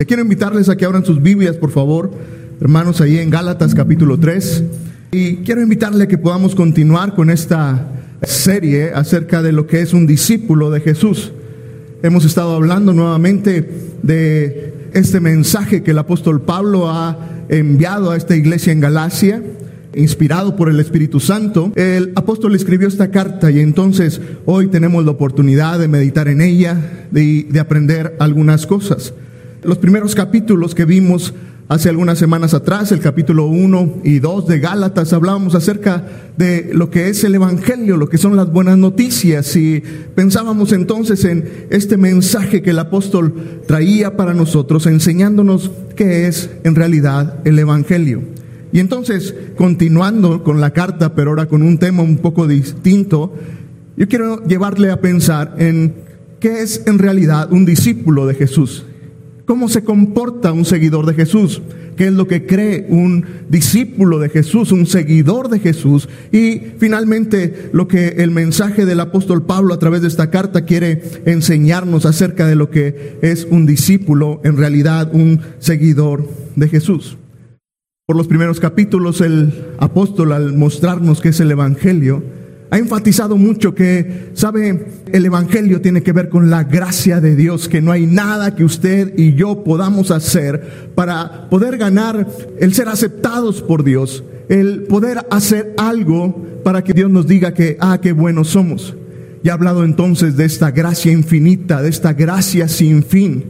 Quiero invitarles a que abran sus Biblias, por favor, hermanos, ahí en Gálatas capítulo 3. Y quiero invitarle a que podamos continuar con esta serie acerca de lo que es un discípulo de Jesús. Hemos estado hablando nuevamente de este mensaje que el apóstol Pablo ha enviado a esta iglesia en Galacia, inspirado por el Espíritu Santo. El apóstol escribió esta carta y entonces hoy tenemos la oportunidad de meditar en ella, de aprender algunas cosas. Los primeros capítulos que vimos hace algunas semanas atrás, el capítulo 1 y 2 de Gálatas, hablábamos acerca de lo que es el Evangelio, lo que son las buenas noticias, y pensábamos entonces en este mensaje que el apóstol traía para nosotros, enseñándonos qué es en realidad el Evangelio. Y entonces, continuando con la carta, pero ahora con un tema un poco distinto, yo quiero llevarle a pensar en qué es en realidad un discípulo de Jesús. ¿Cómo se comporta un seguidor de Jesús? ¿Qué es lo que cree un discípulo de Jesús, un seguidor de Jesús? Y finalmente, lo que el mensaje del apóstol Pablo a través de esta carta quiere enseñarnos acerca de lo que es un discípulo, en realidad un seguidor de Jesús. Por los primeros capítulos, el apóstol, al mostrarnos qué es el Evangelio, ha enfatizado mucho que, ¿sabe? El Evangelio tiene que ver con la gracia de Dios, que no hay nada que usted y yo podamos hacer para poder ganar el ser aceptados por Dios, el poder hacer algo para que Dios nos diga que, qué buenos somos. Y ha hablado entonces de esta gracia infinita, de esta gracia sin fin.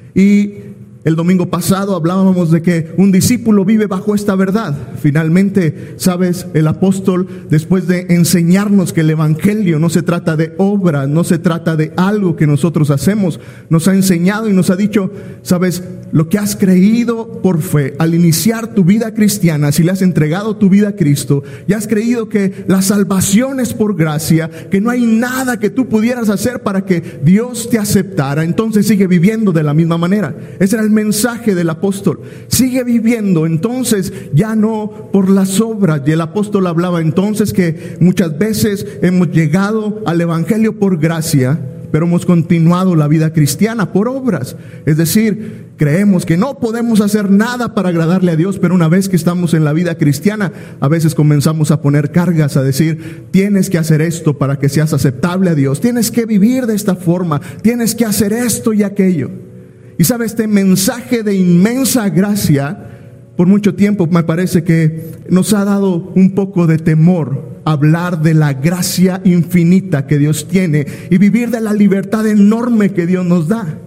Y el domingo pasado hablábamos de que un discípulo vive bajo esta verdad. Finalmente, sabes, el apóstol, después de enseñarnos que el Evangelio no se trata de obras, no se trata de algo que nosotros hacemos, nos ha enseñado y nos ha dicho, sabes, lo que has creído por fe, al iniciar tu vida cristiana, si le has entregado tu vida a Cristo, y has creído que la salvación es por gracia, que no hay nada que tú pudieras hacer para que Dios te aceptara, entonces sigue viviendo de la misma manera. Ese era el mensaje del apóstol. Sigue viviendo entonces ya no por las obras. Y el apóstol hablaba entonces que muchas veces hemos llegado al Evangelio por gracia, pero hemos continuado la vida cristiana por obras. Es decir, creemos que no podemos hacer nada para agradarle a Dios, pero una vez que estamos en la vida cristiana, a veces comenzamos a poner cargas, a decir, tienes que hacer esto para que seas aceptable a Dios, tienes que vivir de esta forma, tienes que hacer esto y aquello. Y sabe, este mensaje de inmensa gracia, por mucho tiempo me parece que nos ha dado un poco de temor hablar de la gracia infinita que Dios tiene y vivir de la libertad enorme que Dios nos da.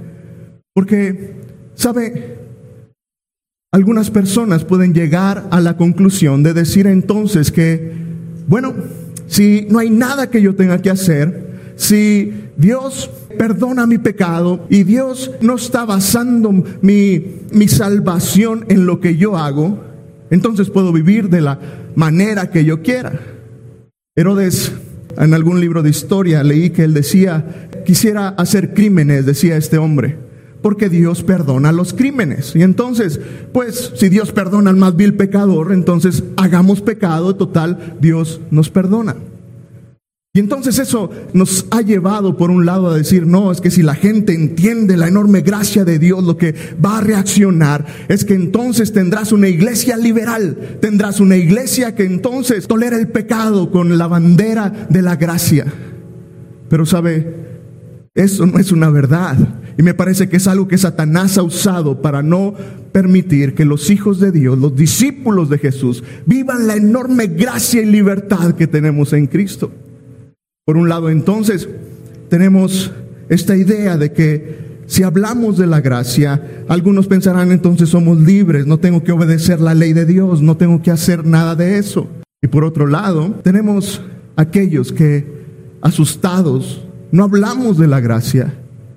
Porque, sabe, algunas personas pueden llegar a la conclusión de decir entonces que, bueno, si no hay nada que yo tenga que hacer, si Dios perdona mi pecado y Dios no está basando mi salvación en lo que yo hago, entonces puedo vivir de la manera que yo quiera. Herodes, en algún libro de historia leí que él decía, quisiera hacer crímenes, decía este hombre, porque Dios perdona los crímenes. Y entonces, pues, si Dios perdona al más vil pecador, entonces hagamos pecado, total, Dios nos perdona. Y entonces eso nos ha llevado por un lado a decir, no, es que si la gente entiende la enorme gracia de Dios, lo que va a reaccionar es que entonces tendrás una iglesia liberal, tendrás una iglesia que entonces tolera el pecado con la bandera de la gracia. Pero sabe, eso no es una verdad. Y me parece que es algo que Satanás ha usado para no permitir que los hijos de Dios, los discípulos de Jesús, vivan la enorme gracia y libertad que tenemos en Cristo. Por un lado, entonces, tenemos esta idea de que si hablamos de la gracia, algunos pensarán entonces somos libres, no tengo que obedecer la ley de Dios, no tengo que hacer nada de eso. Y por otro lado, tenemos aquellos que, asustados, no hablamos de la gracia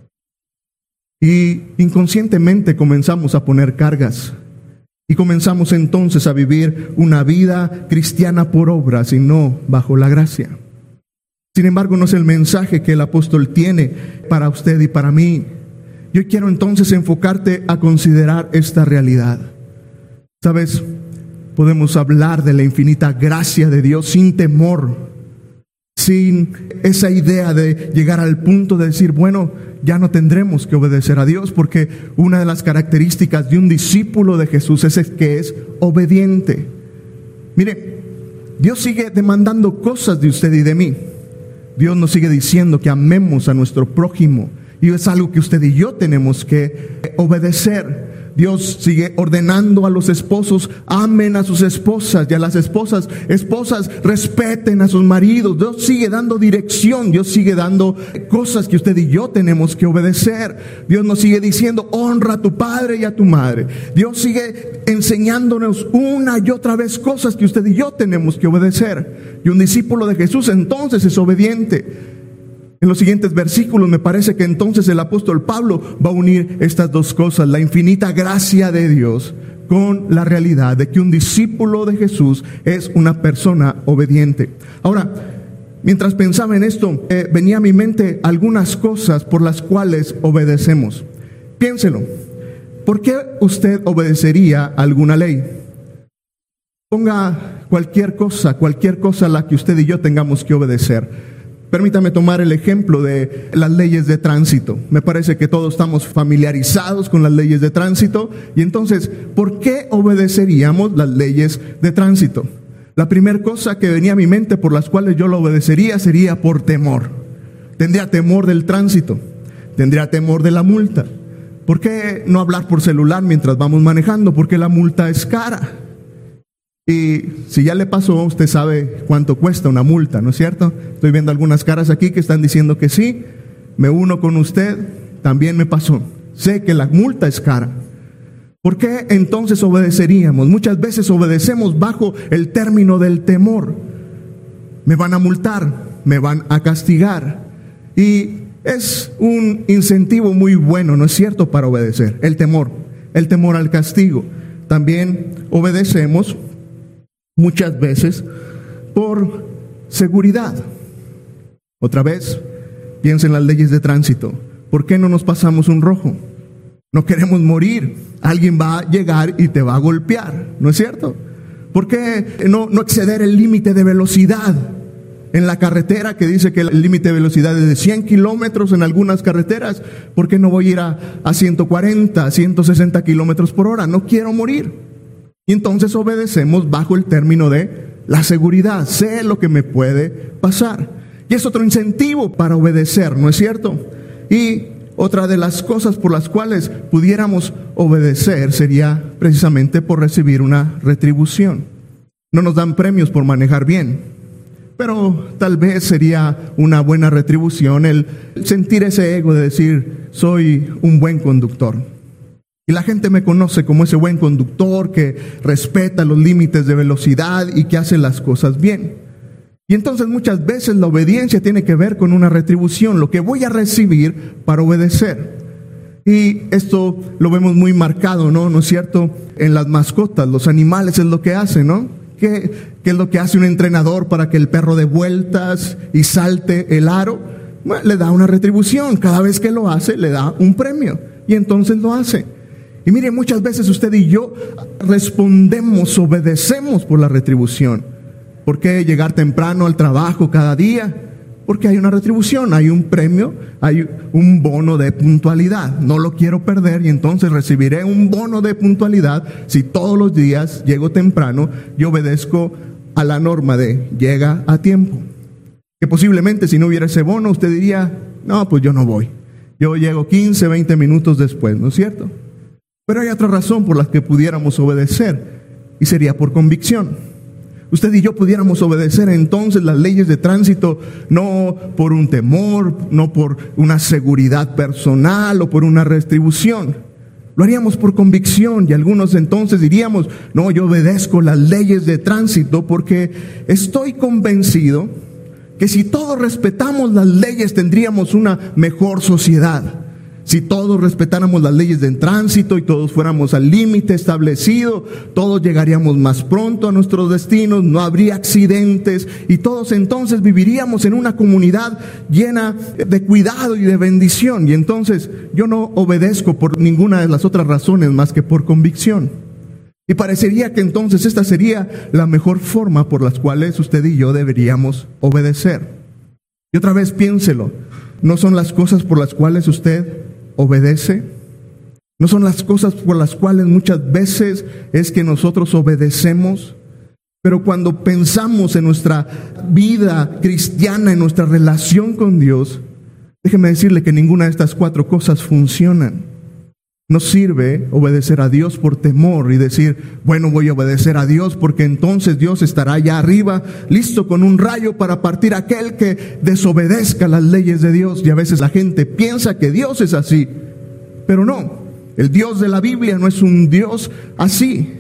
y inconscientemente comenzamos a poner cargas. Y comenzamos entonces a vivir una vida cristiana por obras y no bajo la gracia. Sin embargo, no es el mensaje que el apóstol tiene para usted y para mí. Yo quiero entonces enfocarte a considerar esta realidad. ¿Sabes? Podemos hablar de la infinita gracia de Dios sin temor, sin esa idea de llegar al punto de decir, bueno, ya no tendremos que obedecer a Dios, porque una de las características de un discípulo de Jesús es que es obediente. Mire, Dios sigue demandando cosas de usted y de mí. Dios nos sigue diciendo que amemos a nuestro prójimo, y es algo que usted y yo tenemos que obedecer. Dios sigue ordenando a los esposos, amen a sus esposas, y a las esposas, respeten a sus maridos. Dios sigue dando dirección, Dios sigue dando cosas que usted y yo tenemos que obedecer. Dios nos sigue diciendo, honra a tu padre y a tu madre. Dios sigue enseñándonos una y otra vez cosas que usted y yo tenemos que obedecer. Y un discípulo de Jesús entonces es obediente. En los siguientes versículos me parece que entonces el apóstol Pablo va a unir estas dos cosas, la infinita gracia de Dios con la realidad de que un discípulo de Jesús es una persona obediente. Ahora, mientras pensaba en esto, venía a mi mente algunas cosas por las cuales obedecemos. Piénselo, ¿por qué usted obedecería alguna ley? Ponga cualquier cosa a la que usted y yo tengamos que obedecer. Permítame tomar el ejemplo de las leyes de tránsito. Me parece que todos estamos familiarizados con las leyes de tránsito. Y entonces, ¿por qué obedeceríamos las leyes de tránsito? La primera cosa que venía a mi mente por las cuales yo lo obedecería sería por temor. Tendría temor del tránsito. Tendría temor de la multa. ¿Por qué no hablar por celular mientras vamos manejando? Porque la multa es cara. Y si ya le pasó, usted sabe cuánto cuesta una multa, ¿no es cierto? Estoy viendo algunas caras aquí que están diciendo que sí. Me uno con usted, también me pasó. Sé que la multa es cara. ¿Por qué entonces obedeceríamos? Muchas veces obedecemos bajo el término del temor. Me van a multar, me van a castigar. Y es un incentivo muy bueno, ¿no es cierto?, para obedecer. El temor al castigo. También obedecemos muchas veces por seguridad. Otra vez, piensa en las leyes de tránsito. ¿Por qué no nos pasamos un rojo? No queremos morir. Alguien va a llegar y te va a golpear, ¿no es cierto? ¿Por qué no exceder el límite de velocidad en la carretera, que dice que el límite de velocidad es de 100 kilómetros en algunas carreteras? ¿Por qué no voy a ir a 140, 160 kilómetros por hora? No quiero morir. Y entonces obedecemos bajo el término de la seguridad. Sé lo que me puede pasar. Y es otro incentivo para obedecer, ¿no es cierto? Y otra de las cosas por las cuales pudiéramos obedecer sería precisamente por recibir una retribución. No nos dan premios por manejar bien, pero tal vez sería una buena retribución el sentir ese ego de decir, soy un buen conductor. Y la gente me conoce como ese buen conductor que respeta los límites de velocidad y que hace las cosas bien. Y entonces muchas veces la obediencia tiene que ver con una retribución, lo que voy a recibir para obedecer. Y esto lo vemos muy marcado, ¿no es cierto?, en las mascotas. Los animales es lo que hacen, ¿no? ¿Qué es lo que hace un entrenador para que el perro dé vueltas y salte el aro? Bueno, le da una retribución. Cada vez que lo hace, le da un premio. Y entonces lo hace. Y mire, muchas veces usted y yo respondemos, obedecemos por la retribución. ¿Por qué llegar temprano al trabajo cada día? Porque hay una retribución, hay un premio, hay un bono de puntualidad. No lo quiero perder y entonces recibiré un bono de puntualidad si todos los días llego temprano y obedezco a la norma de llega a tiempo. Que posiblemente si no hubiera ese bono usted diría, no, pues yo no voy. Yo llego 15, 20 minutos después, ¿no es cierto? Pero hay otra razón por la que pudiéramos obedecer, y sería por convicción. Usted y yo pudiéramos obedecer entonces las leyes de tránsito, no por un temor, no por una seguridad personal o por una retribución. Lo haríamos por convicción, y algunos entonces diríamos, no, yo obedezco las leyes de tránsito porque estoy convencido que si todos respetamos las leyes tendríamos una mejor sociedad. Si todos respetáramos las leyes de tránsito y todos fuéramos al límite establecido, todos llegaríamos más pronto a nuestros destinos, no habría accidentes y todos entonces viviríamos en una comunidad llena de cuidado y de bendición. Y entonces yo no obedezco por ninguna de las otras razones más que por convicción. Y parecería que entonces esta sería la mejor forma por las cuales usted y yo deberíamos obedecer. Y otra vez piénselo, ¿no son las cosas por las cuales usted obedece? ¿No son las cosas por las cuales muchas veces es que nosotros obedecemos? Pero cuando pensamos en nuestra vida cristiana, en nuestra relación con Dios, déjeme decirle que ninguna de estas 4 cosas funcionan. No sirve obedecer a Dios por temor y decir, bueno, voy a obedecer a Dios porque entonces Dios estará allá arriba, listo con un rayo para partir a aquel que desobedezca las leyes de Dios. Y a veces la gente piensa que Dios es así, pero no. El Dios de la Biblia no es un Dios así.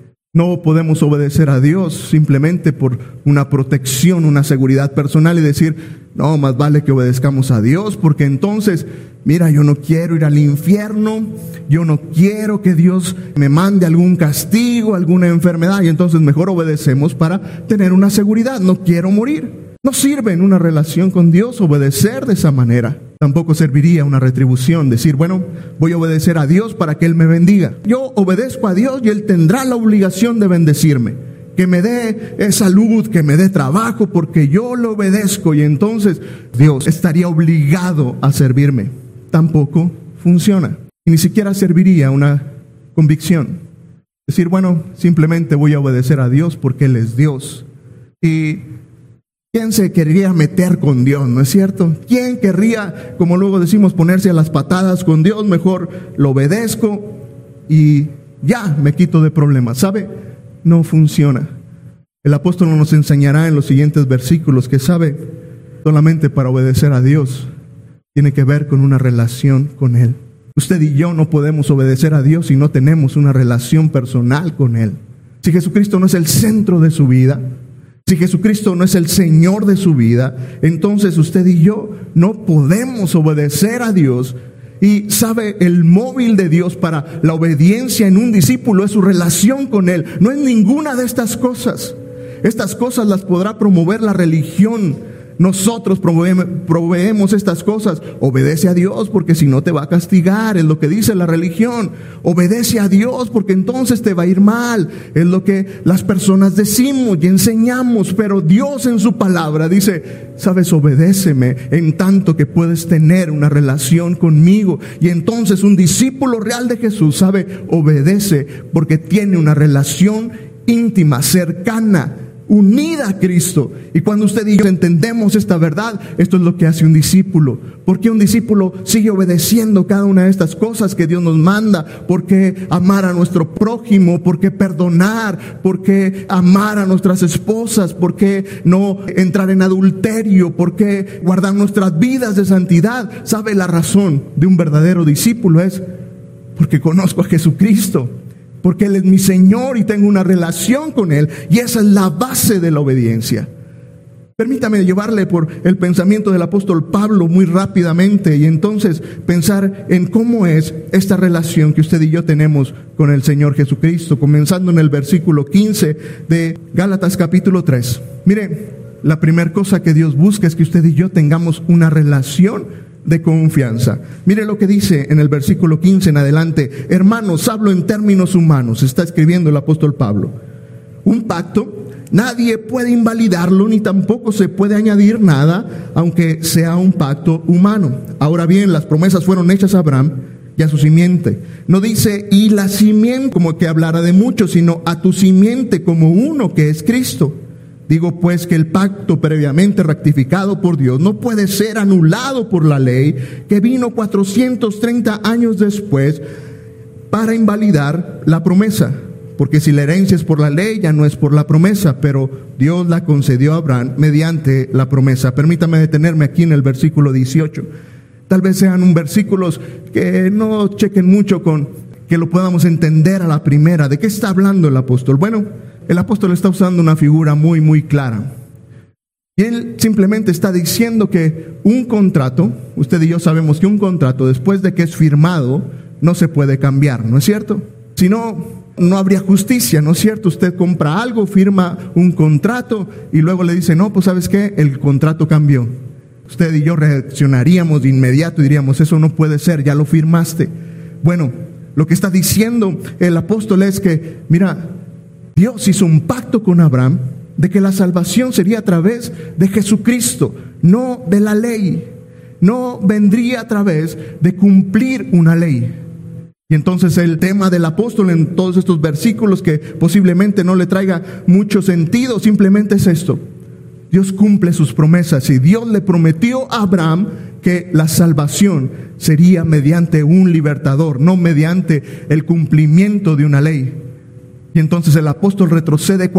No podemos obedecer a Dios simplemente por una protección, una seguridad personal y decir, no, más vale que obedezcamos a Dios porque entonces, mira, yo no quiero ir al infierno, yo no quiero que Dios me mande algún castigo, alguna enfermedad y entonces mejor obedecemos para tener una seguridad, no quiero morir. No sirve en una relación con Dios obedecer de esa manera. Tampoco serviría una retribución, decir, bueno, voy a obedecer a Dios para que Él me bendiga. Yo obedezco a Dios y Él tendrá la obligación de bendecirme. Que me dé salud, que me dé trabajo, porque yo lo obedezco y entonces Dios estaría obligado a servirme. Tampoco funciona. Y ni siquiera serviría una convicción. Decir, bueno, simplemente voy a obedecer a Dios porque Él es Dios. Y ¿quién se querría meter con Dios, no es cierto? ¿Quién querría, como luego decimos, ponerse a las patadas con Dios? Mejor lo obedezco y ya me quito de problemas. ¿Sabe? No funciona. El apóstol nos enseñará en los siguientes versículos que sabe, solamente para obedecer a Dios tiene que ver con una relación con Él. Usted y yo no podemos obedecer a Dios si no tenemos una relación personal con Él. Si Jesucristo no es el centro de su vida, si Jesucristo no es el Señor de su vida, entonces usted y yo no podemos obedecer a Dios. Y sabe, el móvil de Dios para la obediencia en un discípulo es su relación con Él. No es ninguna de estas cosas. Estas cosas las podrá promover la religión. Nosotros proveemos estas cosas. Obedece a Dios porque si no te va a castigar, es lo que dice la religión. Obedece a Dios porque entonces te va a ir mal, es lo que las personas decimos y enseñamos. Pero Dios en su palabra dice, sabes, obedéceme en tanto que puedes tener una relación conmigo. Y entonces un discípulo real de Jesús, sabe, obedece porque tiene una relación íntima, cercana, unida a Cristo. Y cuando usted y yo entendemos esta verdad, esto es lo que hace un discípulo. ¿Por qué un discípulo sigue obedeciendo cada una de estas cosas que Dios nos manda? ¿Por qué amar a nuestro prójimo? ¿Por qué perdonar? ¿Por qué amar a nuestras esposas? ¿Por qué no entrar en adulterio? ¿Por qué guardar nuestras vidas de santidad? ¿Sabe? La razón de un verdadero discípulo es porque conozco a Jesucristo, porque Él es mi Señor y tengo una relación con Él, y esa es la base de la obediencia. Permítame llevarle por el pensamiento del apóstol Pablo muy rápidamente y entonces pensar en cómo es esta relación que usted y yo tenemos con el Señor Jesucristo, comenzando en el versículo 15 de Gálatas capítulo 3. Mire, la primera cosa que Dios busca es que usted y yo tengamos una relación de confianza. Mire lo que dice en el versículo 15 en adelante. Hermanos, hablo en términos humanos, está escribiendo el apóstol Pablo. Un pacto, nadie puede invalidarlo, ni tampoco se puede añadir nada, aunque sea un pacto humano. Ahora bien, las promesas fueron hechas a Abraham y a su simiente. No dice, y la simiente, como que hablara de muchos, sino a tu simiente como uno que es Cristo. Digo pues que el pacto previamente rectificado por Dios no puede ser anulado por la ley que vino 430 años después para invalidar la promesa. Porque si la herencia es por la ley, ya no es por la promesa, pero Dios la concedió a Abraham mediante la promesa. Permítame detenerme aquí en el versículo 18. Tal vez sean un versículos que no chequen mucho con que lo podamos entender a la primera. ¿De qué está hablando el apóstol? Bueno, el apóstol está usando una figura muy, muy clara. Y él simplemente está diciendo que un contrato, usted y yo sabemos que un contrato, después de que es firmado, no se puede cambiar, ¿no es cierto? Si no, no habría justicia, ¿no es cierto? Usted compra algo, firma un contrato y luego le dice, no, pues ¿sabes qué? El contrato cambió. Usted y yo reaccionaríamos de inmediato y diríamos, eso no puede ser, ya lo firmaste. Bueno, lo que está diciendo el apóstol es que, mira, Dios hizo un pacto con Abraham de que la salvación sería a través de Jesucristo. no de la ley. No vendría a través de cumplir una ley. Y entonces el tema del apóstol en todos estos versículos, que posiblemente no le traiga mucho sentido, simplemente es esto: Dios cumple sus promesas, y Dios le prometió a Abraham que la salvación sería mediante un libertador, no mediante el cumplimiento de una ley. Y entonces el apóstol retrocede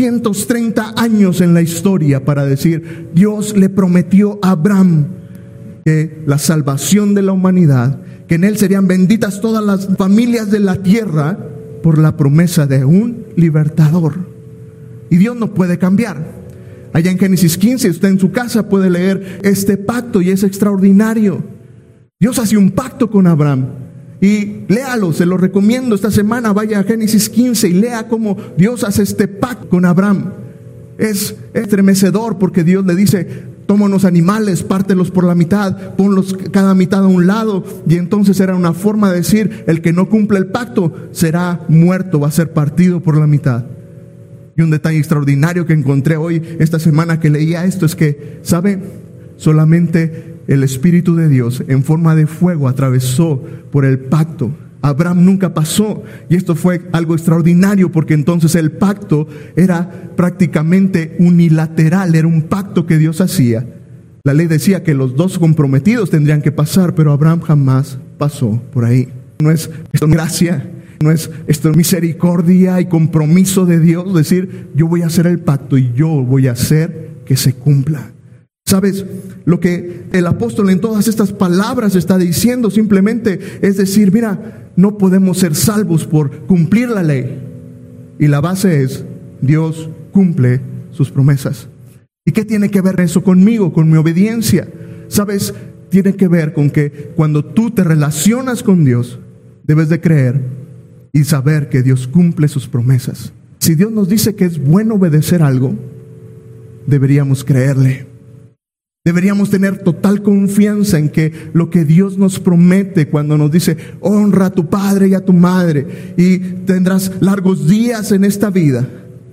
430 años en la historia para decir: Dios le prometió a Abraham que la salvación de la humanidad, que en él serían benditas todas las familias de la tierra, por la promesa de un libertador. Y Dios no puede cambiar. Allá en Génesis 15, usted en su casa puede leer este pacto, y es extraordinario. Dios hace un pacto con Abraham, y léalo, se lo recomiendo esta semana. Vaya a Génesis 15 y lea cómo Dios hace este pacto con Abraham. Es estremecedor, porque Dios le dice: toma unos animales, pártelos por la mitad, ponlos cada mitad a un lado. Y entonces era una forma de decir: el que no cumple el pacto será muerto, va a ser partido por la mitad. Y un detalle extraordinario que encontré hoy, esta semana que leía esto, es que, ¿sabe? Solamente el Espíritu de Dios en forma de fuego atravesó por el pacto. Abraham nunca pasó, y esto fue algo extraordinario, porque entonces el pacto era prácticamente unilateral, era un pacto que Dios hacía. La ley decía que los dos comprometidos tendrían que pasar, pero Abraham jamás pasó por ahí. No es esto gracia, no es esto misericordia y compromiso de Dios, decir: yo voy a hacer el pacto y yo voy a hacer que se cumpla. ¿Sabes? Lo que el apóstol en todas estas palabras está diciendo simplemente es decir: mira, no podemos ser salvos por cumplir la ley. Y la base es: Dios cumple sus promesas. ¿Y qué tiene que ver eso conmigo, con mi obediencia? ¿Sabes? Tiene que ver con que cuando tú te relacionas con Dios, debes de creer y saber que Dios cumple sus promesas. Si Dios nos dice que es bueno obedecer algo, deberíamos creerle. Deberíamos tener total confianza en que lo que Dios nos promete cuando nos dice: honra a tu padre y a tu madre y tendrás largos días en esta vida,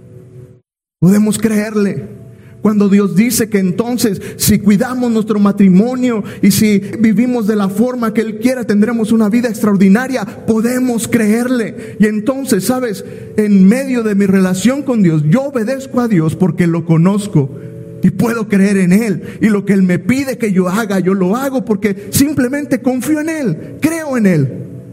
podemos creerle. Cuando Dios dice que entonces, si cuidamos nuestro matrimonio y si vivimos de la forma que Él quiera, tendremos una vida extraordinaria, podemos creerle. Y entonces, ¿sabes? En medio de mi relación con Dios, yo obedezco a Dios porque lo conozco y puedo creer en Él. Y lo que Él me pide que yo haga, yo lo hago porque simplemente confío en Él, creo en Él.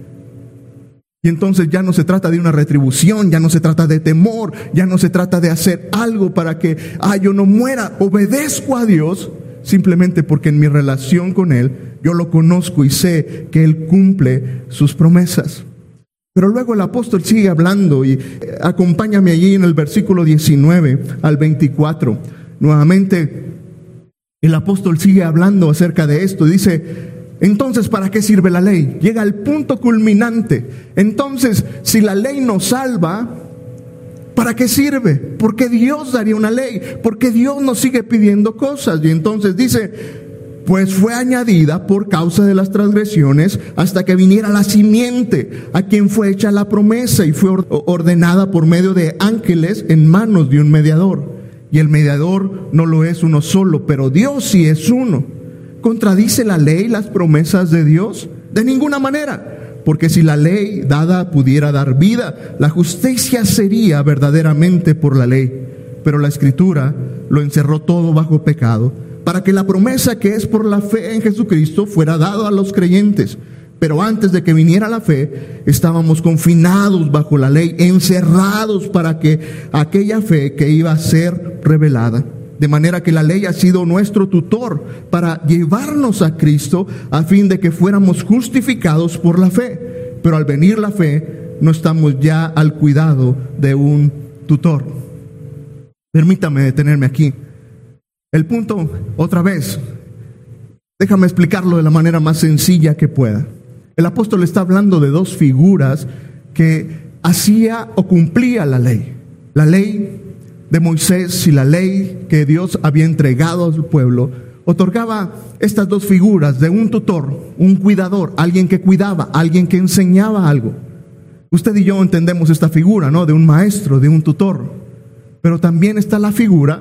Y entonces ya no se trata de una retribución, ya no se trata de temor, ya no se trata de hacer algo para que yo no muera. Obedezco a Dios simplemente porque en mi relación con Él yo lo conozco y sé que Él cumple sus promesas. Pero luego el apóstol sigue hablando, y acompáñame allí en el versículo 19 al 24. Nuevamente el apóstol sigue hablando acerca de esto y dice: entonces, ¿para qué sirve la ley? Llega al punto culminante. Entonces, si la ley nos salva, ¿para qué sirve? ¿Por qué Dios daría una ley? ¿Por qué Dios nos sigue pidiendo cosas? Y entonces dice: pues fue añadida por causa de las transgresiones hasta que viniera la simiente, a quien fue hecha la promesa, y fue ordenada por medio de ángeles en manos de un mediador. Y el mediador no lo es uno solo, pero Dios sí es uno. ¿Contradice la ley las promesas de Dios? De ninguna manera, porque si la ley dada pudiera dar vida, la justicia sería verdaderamente por la ley. Pero la Escritura lo encerró todo bajo pecado, para que la promesa que es por la fe en Jesucristo fuera dada a los creyentes. Pero antes de que viniera la fe, estábamos confinados bajo la ley, encerrados para que aquella fe que iba a ser revelada. De manera que la ley ha sido nuestro tutor para llevarnos a Cristo, a fin de que fuéramos justificados por la fe. Pero al venir la fe, no estamos ya al cuidado de un tutor. Permítame detenerme aquí. El punto, otra vez, déjame explicarlo de la manera más sencilla que pueda. El apóstol está hablando de dos figuras que hacía o cumplía la ley. La ley de Moisés y la ley que Dios había entregado al pueblo otorgaba estas dos figuras de un tutor, un cuidador, alguien que cuidaba, alguien que enseñaba algo. Usted y yo entendemos esta figura, ¿no? De un maestro, de un tutor. Pero también está la figura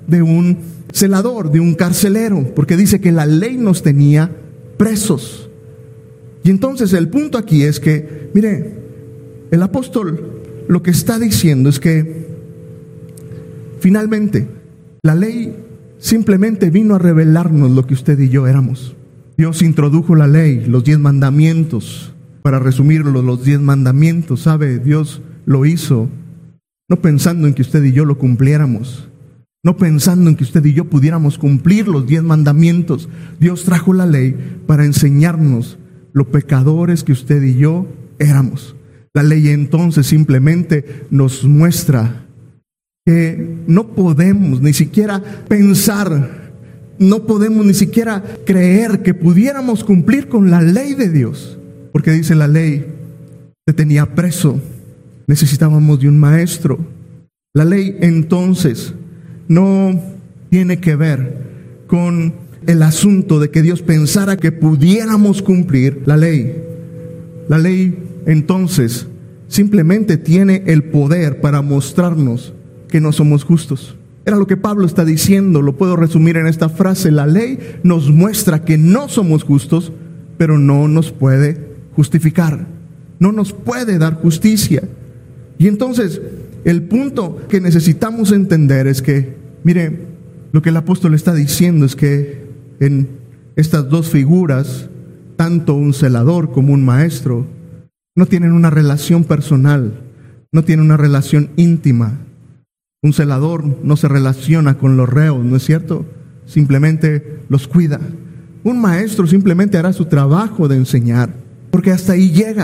de un celador, de un carcelero, porque dice que la ley nos tenía presos. Y entonces el punto aquí es que, mire, el apóstol lo que está diciendo es que finalmente la ley simplemente vino a revelarnos lo que usted y yo éramos. Dios introdujo la ley, los 10 mandamientos. Para resumirlo, los 10 mandamientos, ¿sabe? Dios lo hizo no pensando en que usted y yo lo cumpliéramos, no pensando en que usted y yo pudiéramos cumplir los 10 mandamientos. Dios trajo la ley para enseñarnos lo pecadores que usted y yo éramos. La ley entonces simplemente nos muestra que no podemos ni siquiera pensar, no podemos ni siquiera creer que pudiéramos cumplir con la ley de Dios, porque dice la ley, te tenía preso, necesitábamos de un maestro. La ley entonces no tiene que ver con el asunto de que Dios pensara que pudiéramos cumplir la ley. La ley entonces simplemente tiene el poder para mostrarnos que no somos justos. Era lo que Pablo está diciendo, lo puedo resumir en esta frase: la ley nos muestra que no somos justos, pero no nos puede justificar, no nos puede dar justicia. Y entonces el punto que necesitamos entender es que, mire, lo que el apóstol está diciendo es que en estas dos figuras, tanto un celador como un maestro, no tienen una relación personal, no tienen una relación íntima. Un celador no se relaciona con los reos, ¿no es cierto? Simplemente los cuida. Un maestro simplemente hará su trabajo de enseñar, porque hasta ahí llega.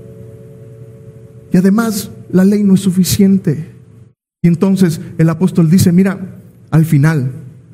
Y además, la ley no es suficiente. Y entonces el apóstol dice, mira, al final,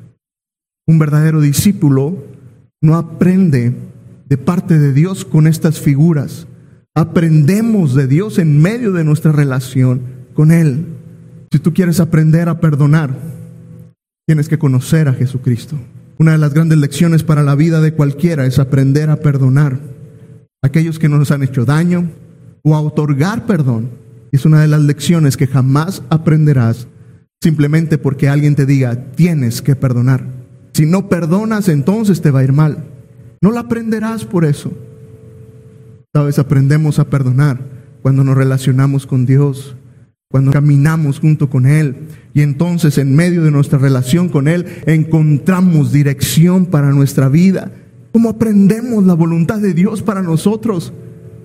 un verdadero discípulo no aprende de parte de Dios con estas figuras. Aprendemos de Dios en medio de nuestra relación con Él. Si tú quieres aprender a perdonar, tienes que conocer a Jesucristo. Una de las grandes lecciones para la vida de cualquiera es aprender a perdonar a aquellos que nos han hecho daño o a otorgar perdón. Es una de las lecciones que jamás aprenderás simplemente porque alguien te diga, tienes que perdonar. Si no perdonas, entonces te va a ir mal. No la aprenderás por eso. Sabes, aprendemos a perdonar cuando nos relacionamos con Dios, cuando caminamos junto con Él, y entonces en medio de nuestra relación con Él encontramos dirección para nuestra vida. ¿Cómo aprendemos la voluntad de Dios para nosotros?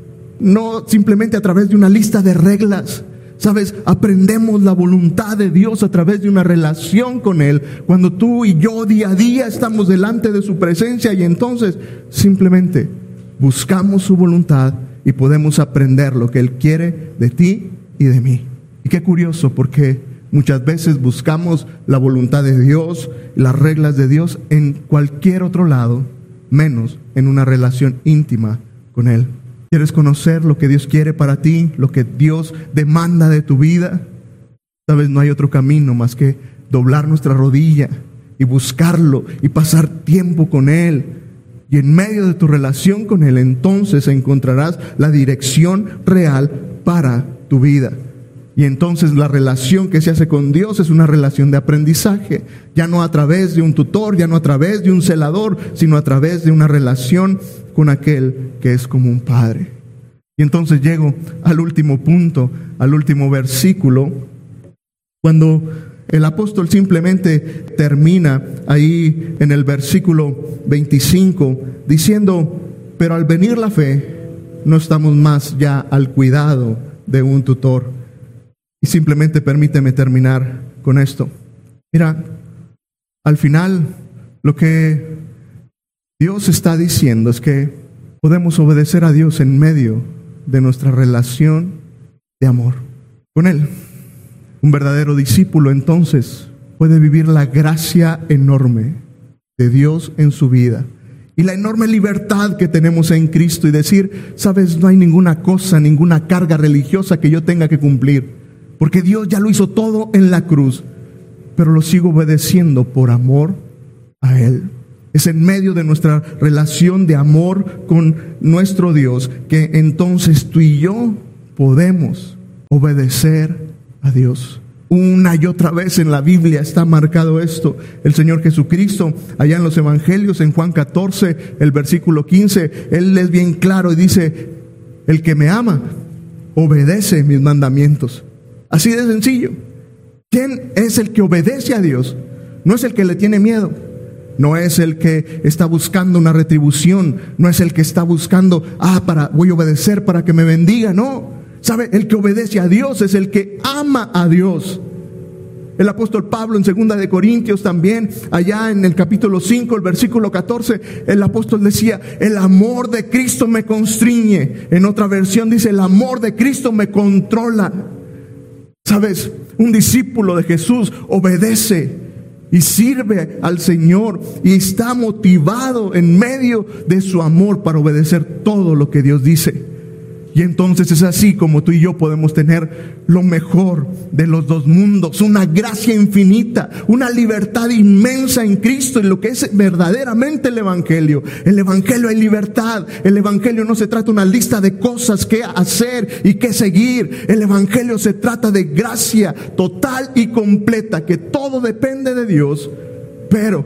No simplemente a través de una lista de reglas. ¿Sabes? Aprendemos la voluntad de Dios a través de una relación con Él, cuando tú y yo día a día estamos delante de su presencia, y entonces simplemente buscamos su voluntad y podemos aprender lo que Él quiere de ti y de mí. Y qué curioso, porque muchas veces buscamos la voluntad de Dios, las reglas de Dios en cualquier otro lado, menos en una relación íntima con Él. ¿Quieres conocer lo que Dios quiere para ti, lo que Dios demanda de tu vida? Sabes, no hay otro camino más que doblar nuestra rodilla y buscarlo y pasar tiempo con Él. Y en medio de tu relación con Él, entonces encontrarás la dirección real para tu vida. Y entonces la relación que se hace con Dios es una relación de aprendizaje, ya no a través de un tutor, ya no a través de un celador, sino a través de una relación con aquel que es como un padre. Y entonces llego al último punto, al último versículo, cuando el apóstol simplemente termina ahí en el versículo 25, diciendo, pero al venir la fe, no estamos más ya al cuidado de un tutor. Y simplemente permíteme terminar con esto. Mira, al final lo que Dios está diciendo es que podemos obedecer a Dios en medio de nuestra relación de amor con Él. Un verdadero discípulo entonces puede vivir la gracia enorme de Dios en su vida y la enorme libertad que tenemos en Cristo, y decir, sabes, no hay ninguna cosa, ninguna carga religiosa que yo tenga que cumplir, porque Dios ya lo hizo todo en la cruz, pero lo sigo obedeciendo por amor a Él. Es en medio de nuestra relación de amor con nuestro Dios que entonces tú y yo podemos obedecer a Dios. Una y otra vez en la Biblia está marcado esto. El Señor Jesucristo, allá en los Evangelios, en Juan 14, el versículo 15, Él es bien claro y dice: el que me ama, obedece mis mandamientos. Así de sencillo. ¿Quién es el que obedece a Dios? No es el que le tiene miedo. No es el que está buscando una retribución. No es el que está buscando, voy a obedecer para que me bendiga. No. ¿Sabe? El que obedece a Dios es el que ama a Dios. El apóstol Pablo en 2 de Corintios también, allá en el capítulo 5, el versículo 14, el apóstol decía: el amor de Cristo me constriñe. En otra versión dice: el amor de Cristo me controla. ¿Sabes? Un discípulo de Jesús obedece y sirve al Señor y está motivado en medio de su amor para obedecer todo lo que Dios dice. Y entonces es así como tú y yo podemos tener lo mejor de los dos mundos, una gracia infinita, una libertad inmensa en Cristo, en lo que es verdaderamente el Evangelio. El Evangelio hay libertad. El Evangelio no se trata de una lista de cosas que hacer y que seguir. El Evangelio se trata de gracia total y completa, que todo depende de Dios, pero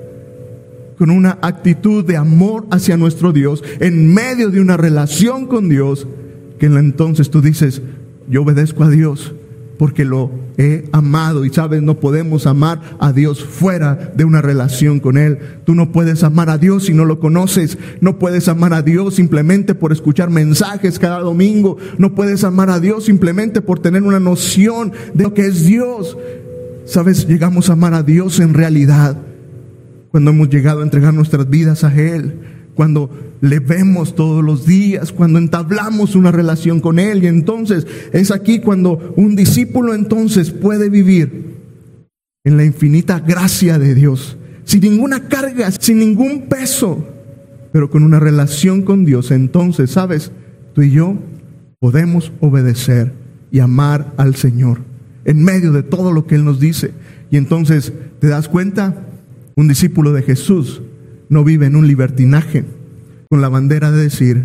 con una actitud de amor hacia nuestro Dios, en medio de una relación con Dios, que entonces tú dices: yo obedezco a Dios porque lo he amado. Y sabes, no podemos amar a Dios fuera de una relación con Él. Tú no puedes amar a Dios si no lo conoces. No puedes amar a Dios simplemente por escuchar mensajes cada domingo. No puedes amar a Dios simplemente por tener una noción de lo que es Dios. Sabes, llegamos a amar a Dios en realidad cuando hemos llegado a entregar nuestras vidas a Él, cuando le vemos todos los días, cuando entablamos una relación con Él. Y entonces es aquí cuando un discípulo entonces puede vivir en la infinita gracia de Dios, sin ninguna carga, sin ningún peso, pero con una relación con Dios. Entonces, ¿sabes? Tú y yo podemos obedecer y amar al Señor en medio de todo lo que Él nos dice. Y entonces, ¿te das cuenta? Un discípulo de Jesús no vive en un libertinaje con la bandera de decir: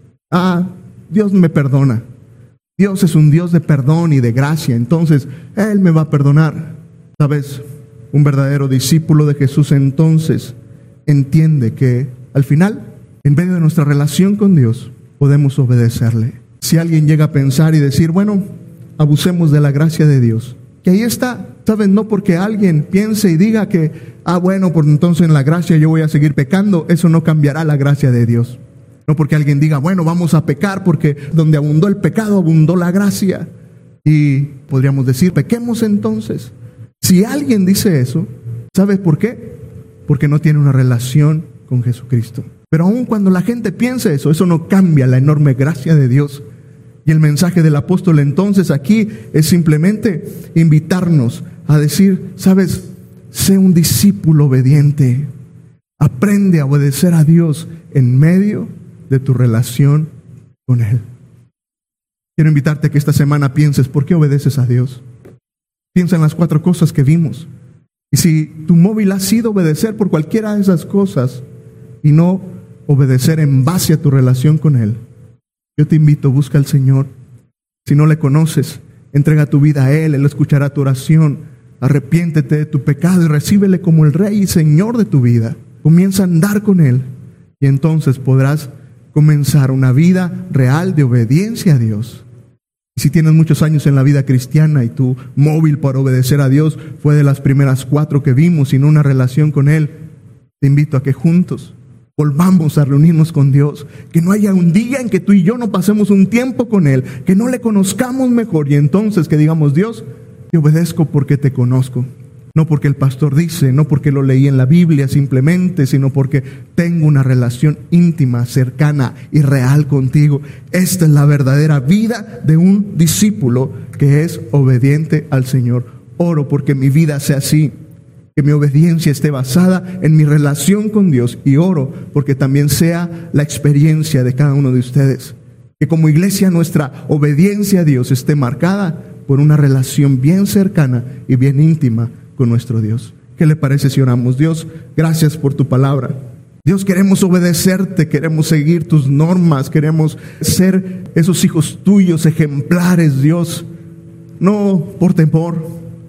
Dios me perdona. Dios es un Dios de perdón y de gracia, entonces Él me va a perdonar. ¿Sabes? Un verdadero discípulo de Jesús entonces entiende que al final, en medio de nuestra relación con Dios, podemos obedecerle. Si alguien llega a pensar y decir: bueno, abusemos de la gracia de Dios, que ahí está, ¿sabes? No porque alguien piense y diga que bueno, pues entonces en la gracia yo voy a seguir pecando. Eso no cambiará la gracia de Dios. No porque alguien diga: bueno, vamos a pecar porque donde abundó el pecado, abundó la gracia. Y podríamos decir: pequemos entonces. Si alguien dice eso, ¿sabes por qué? Porque no tiene una relación con Jesucristo. Pero aun cuando la gente piense eso no cambia la enorme gracia de Dios. Y el mensaje del apóstol entonces aquí es simplemente invitarnos a decir: ¿sabes? Sé un discípulo obediente. Aprende a obedecer a Dios en medio de tu relación con Él. Quiero invitarte a que esta semana pienses: ¿por qué obedeces a Dios? Piensa en las 4 cosas que vimos. Y si tu móvil ha sido obedecer por cualquiera de esas cosas y no obedecer en base a tu relación con Él, yo te invito: busca al Señor. Si no le conoces, entrega tu vida a Él. Él escuchará tu oración. Arrepiéntete de tu pecado y recíbele como el Rey y Señor de tu vida. Comienza a andar con Él y entonces podrás comenzar una vida real de obediencia a Dios. Y si tienes muchos años en la vida cristiana y tu móvil para obedecer a Dios fue de las primeras 4 que vimos y no una relación con Él, te invito a que juntos volvamos a reunirnos con Dios. Que no haya un día en que tú y yo no pasemos un tiempo con Él, que no le conozcamos mejor y entonces que digamos: Dios, te obedezco porque te conozco. No porque el pastor dice, no porque lo leí en la Biblia simplemente, sino porque tengo una relación íntima, cercana y real contigo. Esta es la verdadera vida de un discípulo que es obediente al Señor. Oro porque mi vida sea así, que mi obediencia esté basada en mi relación con Dios, y oro porque también sea la experiencia de cada uno de ustedes. Que como iglesia nuestra obediencia a Dios esté marcada por una relación bien cercana y bien íntima con nuestro Dios. ¿Qué le parece si oramos? Dios, gracias por tu palabra. Dios, queremos obedecerte, queremos seguir tus normas, queremos ser esos hijos tuyos ejemplares, Dios. No por temor,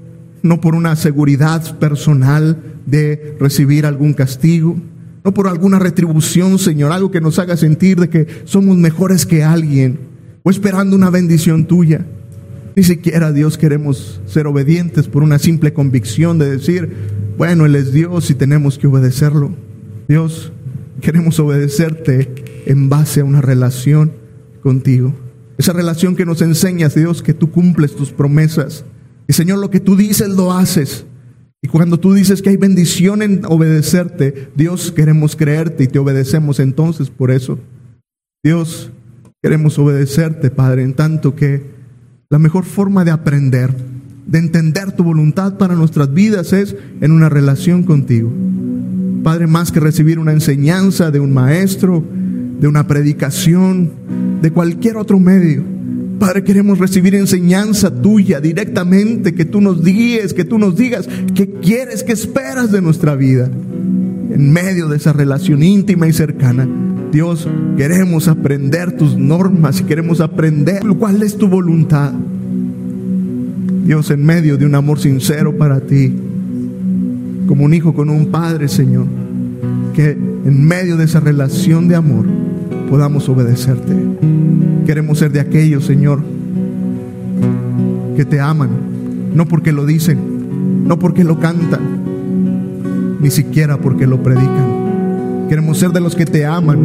no por una seguridad personal de recibir algún castigo, no por alguna retribución, Señor, algo que nos haga sentir de que somos mejores que alguien o esperando una bendición tuya. Ni siquiera, Dios, queremos ser obedientes por una simple convicción de decir, bueno, Él es Dios y tenemos que obedecerlo. Dios, queremos obedecerte en base a una relación contigo. Esa relación que nos enseñas, Dios, que tú cumples tus promesas. Y Señor, lo que tú dices lo haces. Y cuando tú dices que hay bendición en obedecerte, Dios, queremos creerte y te obedecemos entonces por eso. Dios, queremos obedecerte, Padre, en tanto que la mejor forma de aprender, de entender tu voluntad para nuestras vidas es en una relación contigo. Padre, más que recibir una enseñanza de un maestro, de una predicación, de cualquier otro medio, Padre, queremos recibir enseñanza tuya directamente, que tú nos guíes, que tú nos digas qué quieres, qué esperas de nuestra vida. En medio de esa relación íntima y cercana, Dios, queremos aprender tus normas y queremos aprender cuál es tu voluntad. Dios, en medio de un amor sincero para ti, como un hijo con un padre, Señor, que en medio de esa relación de amor podamos obedecerte. Queremos ser de aquellos, Señor, que te aman, no porque lo dicen, no porque lo cantan, ni siquiera porque lo predican. Queremos ser de los que te aman,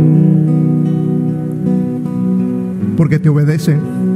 porque te obedecen.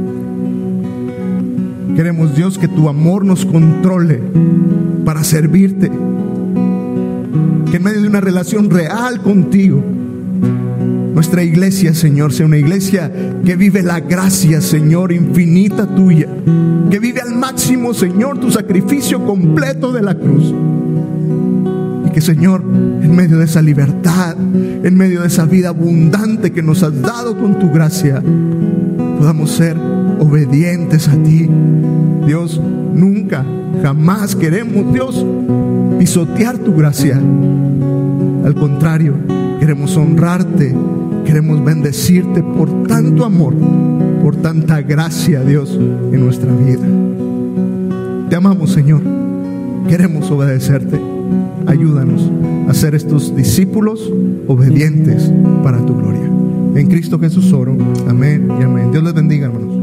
Queremos, Dios, que tu amor nos controle para servirte. Que en medio de una relación real contigo, nuestra iglesia, Señor, sea una iglesia que vive la gracia, Señor, infinita tuya. Que vive al máximo, Señor, tu sacrificio completo de la cruz. Y que, Señor, en medio de esa libertad, en medio de esa vida abundante que nos has dado con tu gracia, podamos ser obedientes a ti. Dios, nunca, jamás queremos, Dios, pisotear tu gracia. Al contrario, queremos honrarte, queremos bendecirte por tanto amor, por tanta gracia, Dios, en nuestra vida. Te amamos, Señor. Queremos obedecerte. Ayúdanos a ser estos discípulos obedientes para tu gloria. En Cristo Jesús oro. Amén y amén. Dios les bendiga, hermanos.